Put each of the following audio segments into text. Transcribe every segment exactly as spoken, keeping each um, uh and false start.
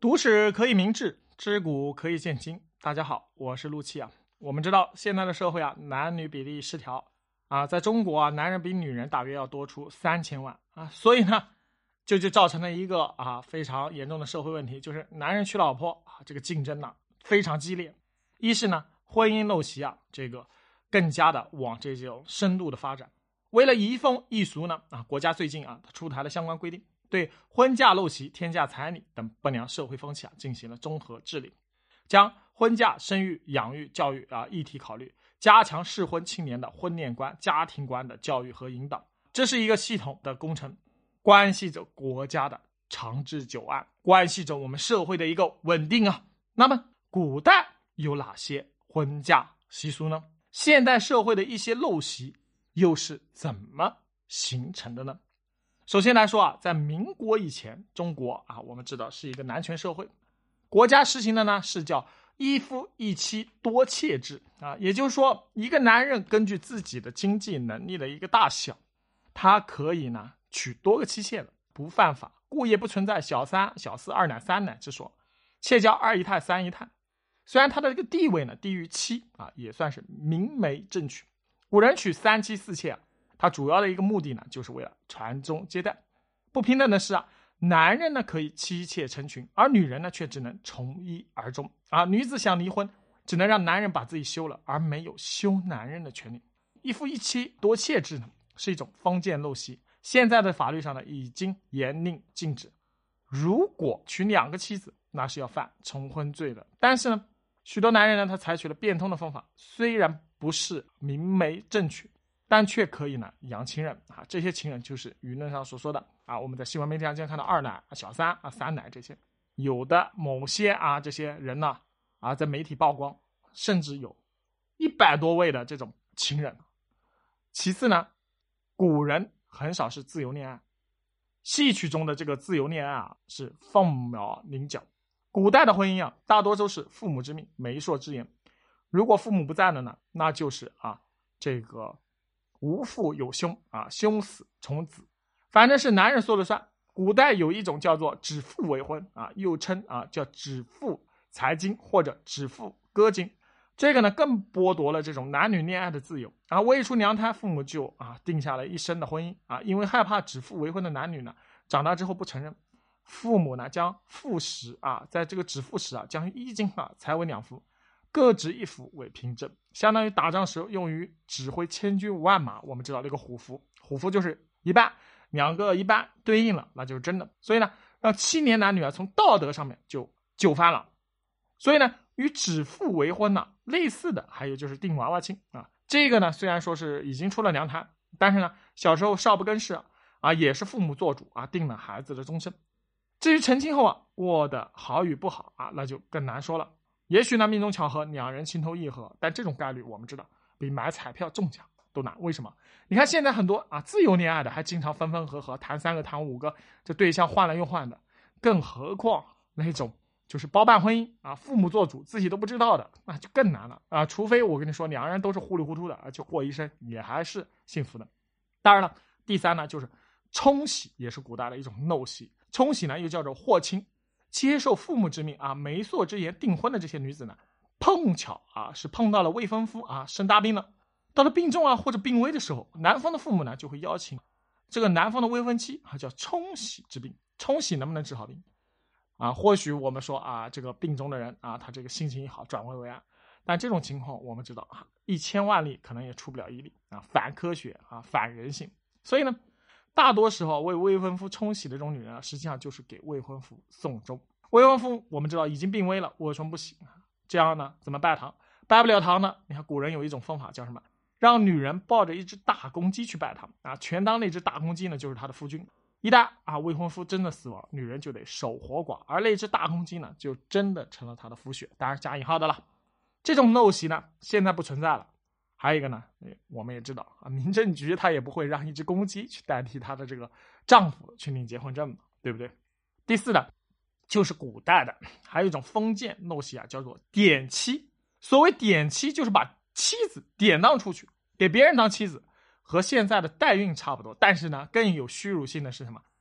读史可以明志，知古可以鉴今。大家好，我是陆琪啊。我们知道现在的社会啊，男女比例失调啊，在中国啊，男人比女人大约要多出三千万啊，所以呢，这就造成了一个啊非常严重的社会问题，就是男人娶老婆啊，这个竞争呢非常激烈。一是呢，婚姻陋习啊，这个更加的往这种深度的发展。为了移风易俗呢，啊，国家最近啊出台了相关规定。对婚嫁陋习、天价彩礼等不良社会风气啊进行了综合治理，将婚嫁、生育、养育、教育啊一体考虑，加强适婚青年的婚恋观、家庭观的教育和引导。这是一个系统的工程，关系着国家的长治久安，关系着我们社会的一个稳定啊。那么，古代有哪些婚嫁习俗呢？现代社会的一些陋习又是怎么形成的呢？首先来说啊，在民国以前，中国啊，我们知道是一个男权社会，国家实行的呢是叫一夫一妻多妾制啊，也就是说，一个男人根据自己的经济能力的一个大小，他可以呢娶多个妻妾的，不犯法，故也不存在小三、小四、二奶、三奶之说，妾叫二姨太、三姨太。虽然他的这个地位呢低于妻啊，也算是明媒正娶。古人娶三妻四妾啊，它主要的一个目的呢，就是为了传宗接代。不平等的是啊，男人呢可以妻妾成群，而女人呢却只能从一而终啊。女子想离婚，只能让男人把自己休了，而没有休男人的权利。一夫一妻多妾制呢，是一种封建陋习，现在的法律上呢已经严令禁止。如果娶两个妻子，那是要犯重婚罪的。但是呢，许多男人呢，他采取了变通的方法，虽然不是明媒正娶，但却可以呢养情人啊，这些情人就是舆论上所说的啊，我们在新闻媒体上经常看到二奶、小三啊、三奶这些，有的某些啊这些人呢啊在媒体曝光，甚至有一百多位的这种情人。其次呢，古人很少是自由恋爱，戏曲中的这个自由恋爱啊是凤毛麟角。古代的婚姻啊，大多都是父母之命、媒妁之言。如果父母不在了呢，那就是啊这个无父有兄啊，兄死从子，反正是男人说了算。古代有一种叫做指腹为婚啊，又称啊叫指腹财经或者指腹歌经。这个呢更剥夺了这种男女恋爱的自由啊。未出娘胎，父母就啊定下了一生的婚姻啊，因为害怕指腹为婚的男女呢长大之后不承认，父母呢将父时啊在这个指腹时啊将衣襟啊裁为两幅，各执一幅为凭证，相当于打仗时用于指挥千军万马。我们知道这个虎符，虎符就是一半，两个一半对应了，那就是真的。所以呢，让青年男女啊从道德上面就就翻了。所以呢，与指腹为婚呢类似的还有就是定娃娃亲啊。这个呢虽然说是已经出了娘胎，但是呢小时候少不更事啊，啊也是父母做主啊定了孩子的终身。至于成亲后啊过得好与不好啊，那就更难说了。也许呢命中巧合，两人情投意合，但这种概率我们知道比买彩票中奖都难。为什么？你看现在很多啊自由恋爱的还经常分分合合，谈三个谈五个，这对象换了又换的，更何况那种就是包办婚姻啊，父母做主自己都不知道的，那就更难了啊。除非我跟你说两人都是糊里糊涂的，就过一生也还是幸福的。当然了，第三呢就是冲喜，也是古代的一种陋习。冲喜呢又叫做祸亲，接受父母之命啊媒妁之言订婚的这些女子呢，碰巧啊是碰到了未婚夫啊生大病了，到了病重啊或者病危的时候，男方的父母呢就会邀请这个男方的未婚妻啊叫冲喜之病。冲喜能不能治好病啊？或许我们说啊这个病中的人啊他这个心情一好转危为安，但这种情况我们知道啊一千万例可能也出不了一例啊，反科学啊反人性。所以呢大多时候为未婚夫冲喜的这种女人啊，实际上就是给未婚夫送终。未婚夫我们知道已经病危了，为什么不喜？这样呢怎么拜堂？拜不了堂呢，你看古人有一种方法叫什么？让女人抱着一只大公鸡去拜堂啊，全当那只大公鸡呢就是她的夫君。一旦啊未婚夫真的死亡，女人就得守活寡，而那只大公鸡呢就真的成了她的夫婿，当然加引号的了。这种陋习呢现在不存在了。还有一个呢，我们也知道啊，民政局他也不会让一只公鸡去代替他的这个丈夫去领结婚证嘛，对不对？第四呢，就是古代的还有一种封建陋习啊，叫做典妻。所谓典妻，就是把妻子典当出去，给别人当妻子，和现在的代孕差不多。但是呢，更有虚辱性的是什么？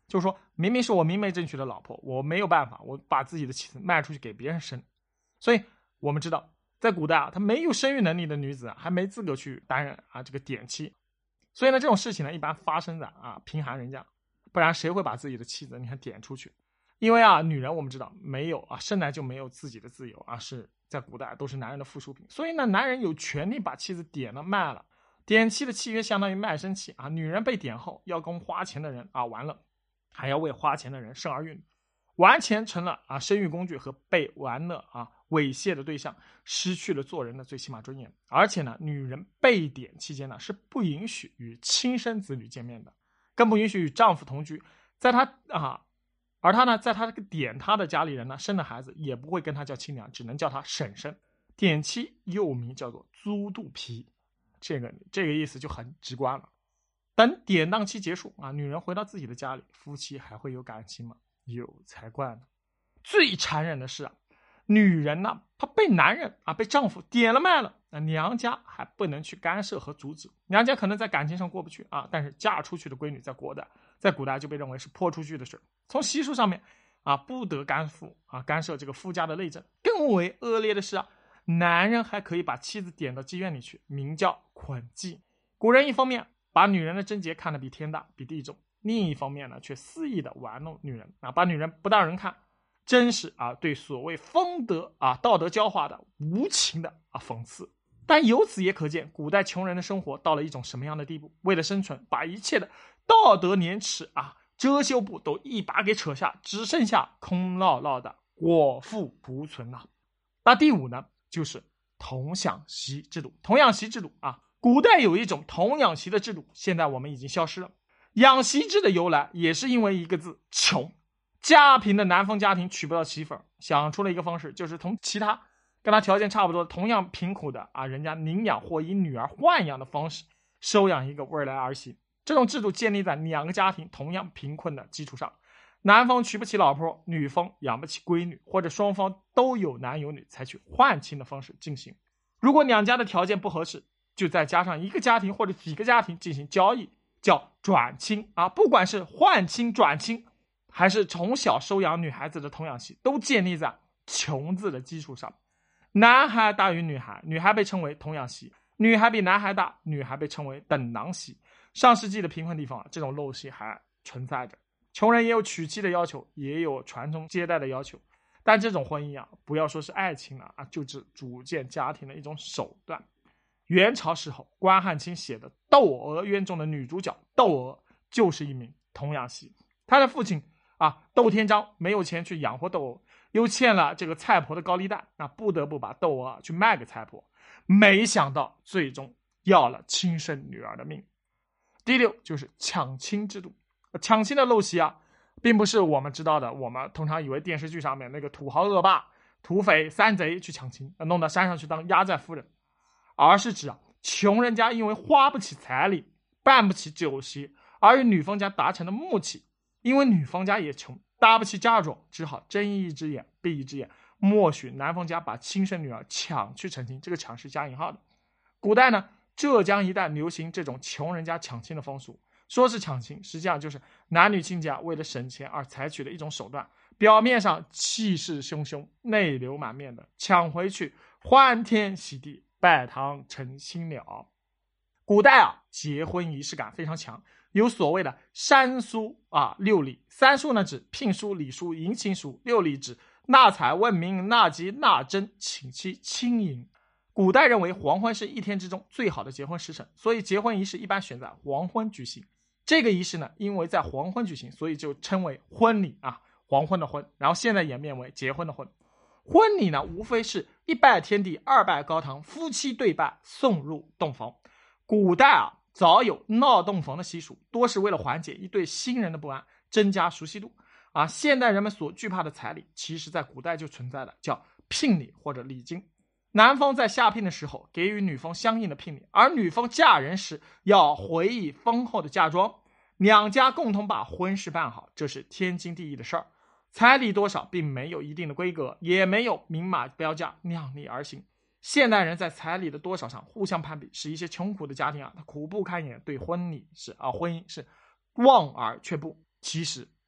就是说明明是我明媒正娶的老婆，我没有办法，我把自己的妻子卖出去给别人生。所以我们知道在古代啊，她没有生育能力的女子啊，还没资格去担任啊这个典妻。所以呢，这种事情呢，一般发生在啊贫寒人家，不然谁会把自己的妻子你看点出去？因为啊，女人我们知道没有啊，生来就没有自己的自由啊，是在古代都是男人的附属品。所以呢，男人有权利把妻子点了卖了。点妻的契约相当于卖身契啊，女人被点后要跟花钱的人啊完了，还要为花钱的人生儿育女，完全成了啊生育工具和被玩乐啊猥亵的对象，失去了做人的最起码尊严。而且呢，女人被点期间呢是不允许与亲生子女见面的，更不允许与丈夫同居。在她啊，而她呢，在她这个点她的家里人呢生的孩子也不会跟她叫亲娘，只能叫她婶婶。点妻又名叫做租肚皮，这个这个意思就很直观了。等典当期结束啊，女人回到自己的家里，夫妻还会有感情吗？有才怪呢。最残忍的是啊，女人呢，她被男人啊，被丈夫点了卖了，那娘家还不能去干涉和阻止。娘家可能在感情上过不去啊，但是嫁出去的闺女在国代，在古代就被认为是泼出去的水。从习俗上面啊，不得干父啊干涉这个夫家的内政。更为恶劣的是啊，男人还可以把妻子点到妓院里去，名叫捆妓。古人一方面把女人的贞洁看得比天大比地重，另一方面呢，却肆意的玩弄女人啊，把女人不当人看，真是啊对所谓风德啊道德教化的无情的啊讽刺。但由此也可见，古代穷人的生活到了一种什么样的地步？为了生存，把一切的道德廉耻啊遮羞布都一把给扯下，只剩下空落落的果腹不存啊。那第五呢，就是童养媳制度。童养媳制度啊，古代有一种童养媳的制度，现在我们已经消失了。养媳制的由来也是因为一个字，穷。家贫的南方家庭娶不到媳妇儿，想出了一个方式，就是同其他跟他条件差不多同样贫苦的啊人家领养或以女儿换养的方式收养一个未来儿媳。这种制度建立在两个家庭同样贫困的基础上，男方娶不起老婆，女方养不起闺女，或者双方都有男有女，采取换亲的方式进行。如果两家的条件不合适，就再加上一个家庭或者几个家庭进行交易，叫转亲啊。不管是换亲转亲还是从小收养女孩子的童养媳，都建立在穷字的基础上。男孩大于女孩，女孩被称为童养媳；女孩比男孩大，女孩被称为等囊媳。上世纪的贫困地方，这种陋习还存在着。穷人也有娶妻的要求，也有传宗接代的要求，但这种婚姻啊，不要说是爱情了啊，就是组建家庭的一种手段。元朝时候，关汉卿写的《窦娥冤》中的女主角窦娥就是一名童养媳，她的父亲啊窦天章没有钱去养活窦娥，又欠了这个菜婆的高利贷，那不得不把窦娥、啊、去卖给菜婆，没想到最终要了亲生女儿的命。第六就是抢亲制度。抢亲的陋习啊，并不是我们知道的，我们通常以为电视剧上面那个土豪恶霸、土匪、山贼去抢亲，弄到山上去当压寨夫人，而是指啊，穷人家因为花不起彩礼，办不起酒席，而与女方家达成的默契，因为女方家也穷，搭不起嫁妆，只好睁一只眼闭一只眼，默许男方家把亲生女儿抢去成亲。这个抢是加引号的。古代呢，浙江一带流行这种穷人家抢亲的风俗，说是抢亲，实际上就是男女亲家为了省钱而采取的一种手段，表面上气势汹汹，内流满面的抢回去，欢天喜地，拜堂成亲了。古代啊，结婚仪式感非常强，有所谓的三书啊六礼。三书呢指聘书、礼书、迎亲书；六礼指纳采、问名、纳吉、纳征、请妻、亲迎。古代认为黄昏是一天之中最好的结婚时辰，所以结婚仪式一般选在黄昏举行。这个仪式呢，因为在黄昏举行，所以就称为婚礼啊，黄昏的婚，然后现在演变为结婚的婚。婚礼呢，无非是一拜天地，二拜高堂，夫妻对拜，送入洞房。古代啊，早有闹洞房的习俗，多是为了缓解一对新人的不安，增加熟悉度啊。现代人们所惧怕的彩礼，其实在古代就存在的，叫聘礼或者礼金。男方在下聘的时候给予女方相应的聘礼，而女方嫁人时要回忆丰厚的嫁妆，两家共同把婚事办好，这是天经地义的事儿。彩礼多少并没有一定的规格，也没有明码标价，量力而行。现代人在彩礼的多少上互相攀比，使一些穷苦的家庭啊，他苦不堪言，对婚礼是啊婚姻是望而却步。其实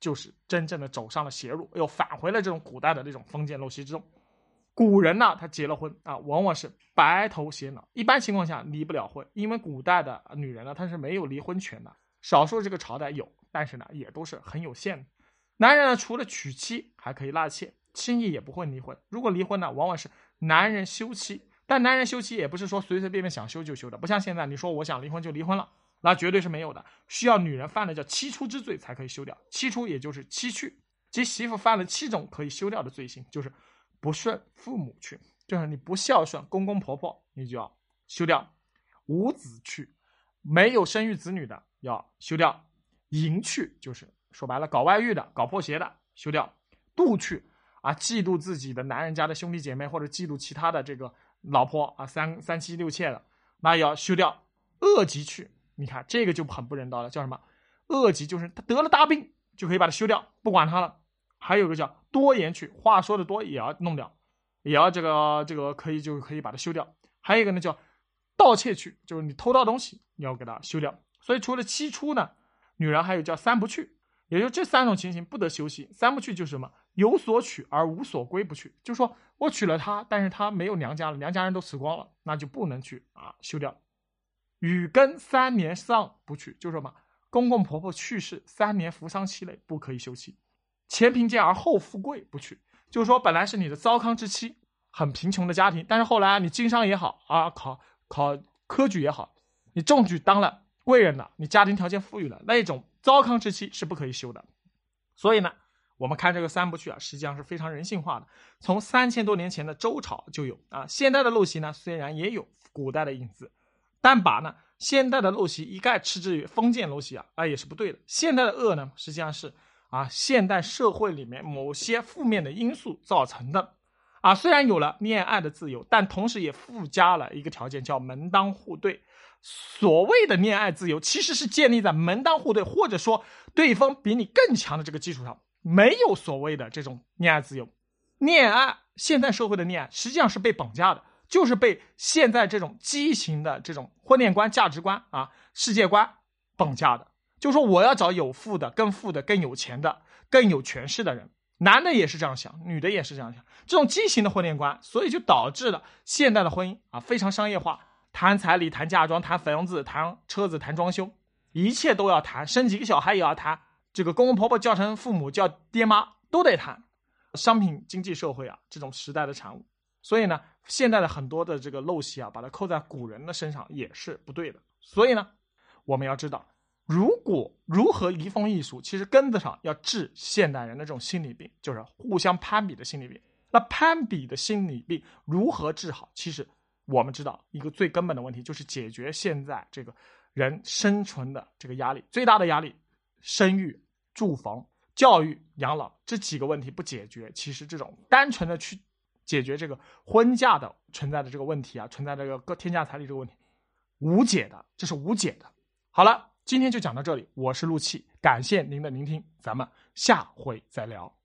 就是真正的走上了邪路，又返回了这种古代的这种封建陋习之中。古人呢，他结了婚啊，往往是白头偕老，一般情况下离不了婚，因为古代的女人呢，她是没有离婚权的，少数这个朝代有，但是呢，也都是很有限的。男人呢，除了娶妻，还可以纳妾，轻易也不会离婚。如果离婚呢，往往是男人休妻，但男人休妻也不是说随随便便想休就休的，不像现在你说我想离婚就离婚了，那绝对是没有的，需要女人犯了叫七出之罪才可以休掉。七出也就是七去，即媳妇犯了七种可以休掉的罪行，就是不顺父母去，就是你不孝顺公公婆婆，你就要休掉；无子去，没有生育子女的要休掉；淫去，就是说白了搞外遇的、搞破鞋的休掉；妒去啊，嫉妒自己的男人家的兄弟姐妹或者嫉妒其他的这个老婆啊，三三妻六妾的，那要休掉；恶疾去，你看这个就很不人道了，叫什么？恶疾就是他得了大病就可以把它休掉，不管他了。还有一个叫多言去，话说的多也要弄掉，也要这个这个可以就可以把它休掉。还有一个呢叫盗窃去，就是你偷盗东西你要给它休掉。所以除了七出呢，女人还有叫三不去，也就这三种情形不得休息。三不去就是什么？有所娶而无所归不去，就是说我娶了她，但是她没有娘家了，娘家人都死光了，那就不能去啊休掉。与根三年丧不去，就是什么？公公婆婆去世三年服丧期内不可以休妻。前贫贱而后富贵不去，就是说本来是你的糟糠之妻，很贫穷的家庭，但是后来你经商也好啊，考考科举也好，你中举当了贵人了，你家庭条件富裕了，那种糟糠之妻是不可以休的。所以呢，我们看这个三不去啊，实际上是非常人性化的，从三千多年前的周朝就有啊。现代的陋习呢，虽然也有古代的影子，但把呢现代的陋习一概斥之于封建陋习啊，啊也是不对的。现代的恶呢，实际上是啊，现代社会里面某些负面的因素造成的啊，虽然有了恋爱的自由，但同时也附加了一个条件，叫门当户对。所谓的恋爱自由，其实是建立在门当户对，或者说对方比你更强的这个基础上，没有所谓的这种恋爱自由。恋爱，现代社会的恋爱实际上是被绑架的，就是被现在这种畸形的这种婚恋观、价值观啊、世界观绑架的。就是说我要找有富的、更富的、更有钱的、更有权势的人，男的也是这样想，女的也是这样想，这种畸形的婚恋观，所以就导致了现代的婚姻啊非常商业化，谈彩礼、谈嫁妆、谈房子、谈车子、谈装修，一切都要谈，生几个小孩也要谈，这个公公婆婆叫成父母叫爹妈都得谈，商品经济社会啊这种时代的产物。所以呢，现在的很多的这个陋习啊，把它扣在古人的身上也是不对的。所以呢，我们要知道，如果如何移风易俗，其实根子上要治现代人的这种心理病，就是互相攀比的心理病。那攀比的心理病如何治好？其实我们知道一个最根本的问题，就是解决现在这个人生存的这个压力，最大的压力，生育、住房、教育、养老这几个问题不解决，其实这种单纯的去解决这个婚嫁的存在的这个问题啊，存在这个天价彩礼这个问题，无解的，这是无解的。好了，今天就讲到这里，我是陆气，感谢您的聆听，咱们下回再聊。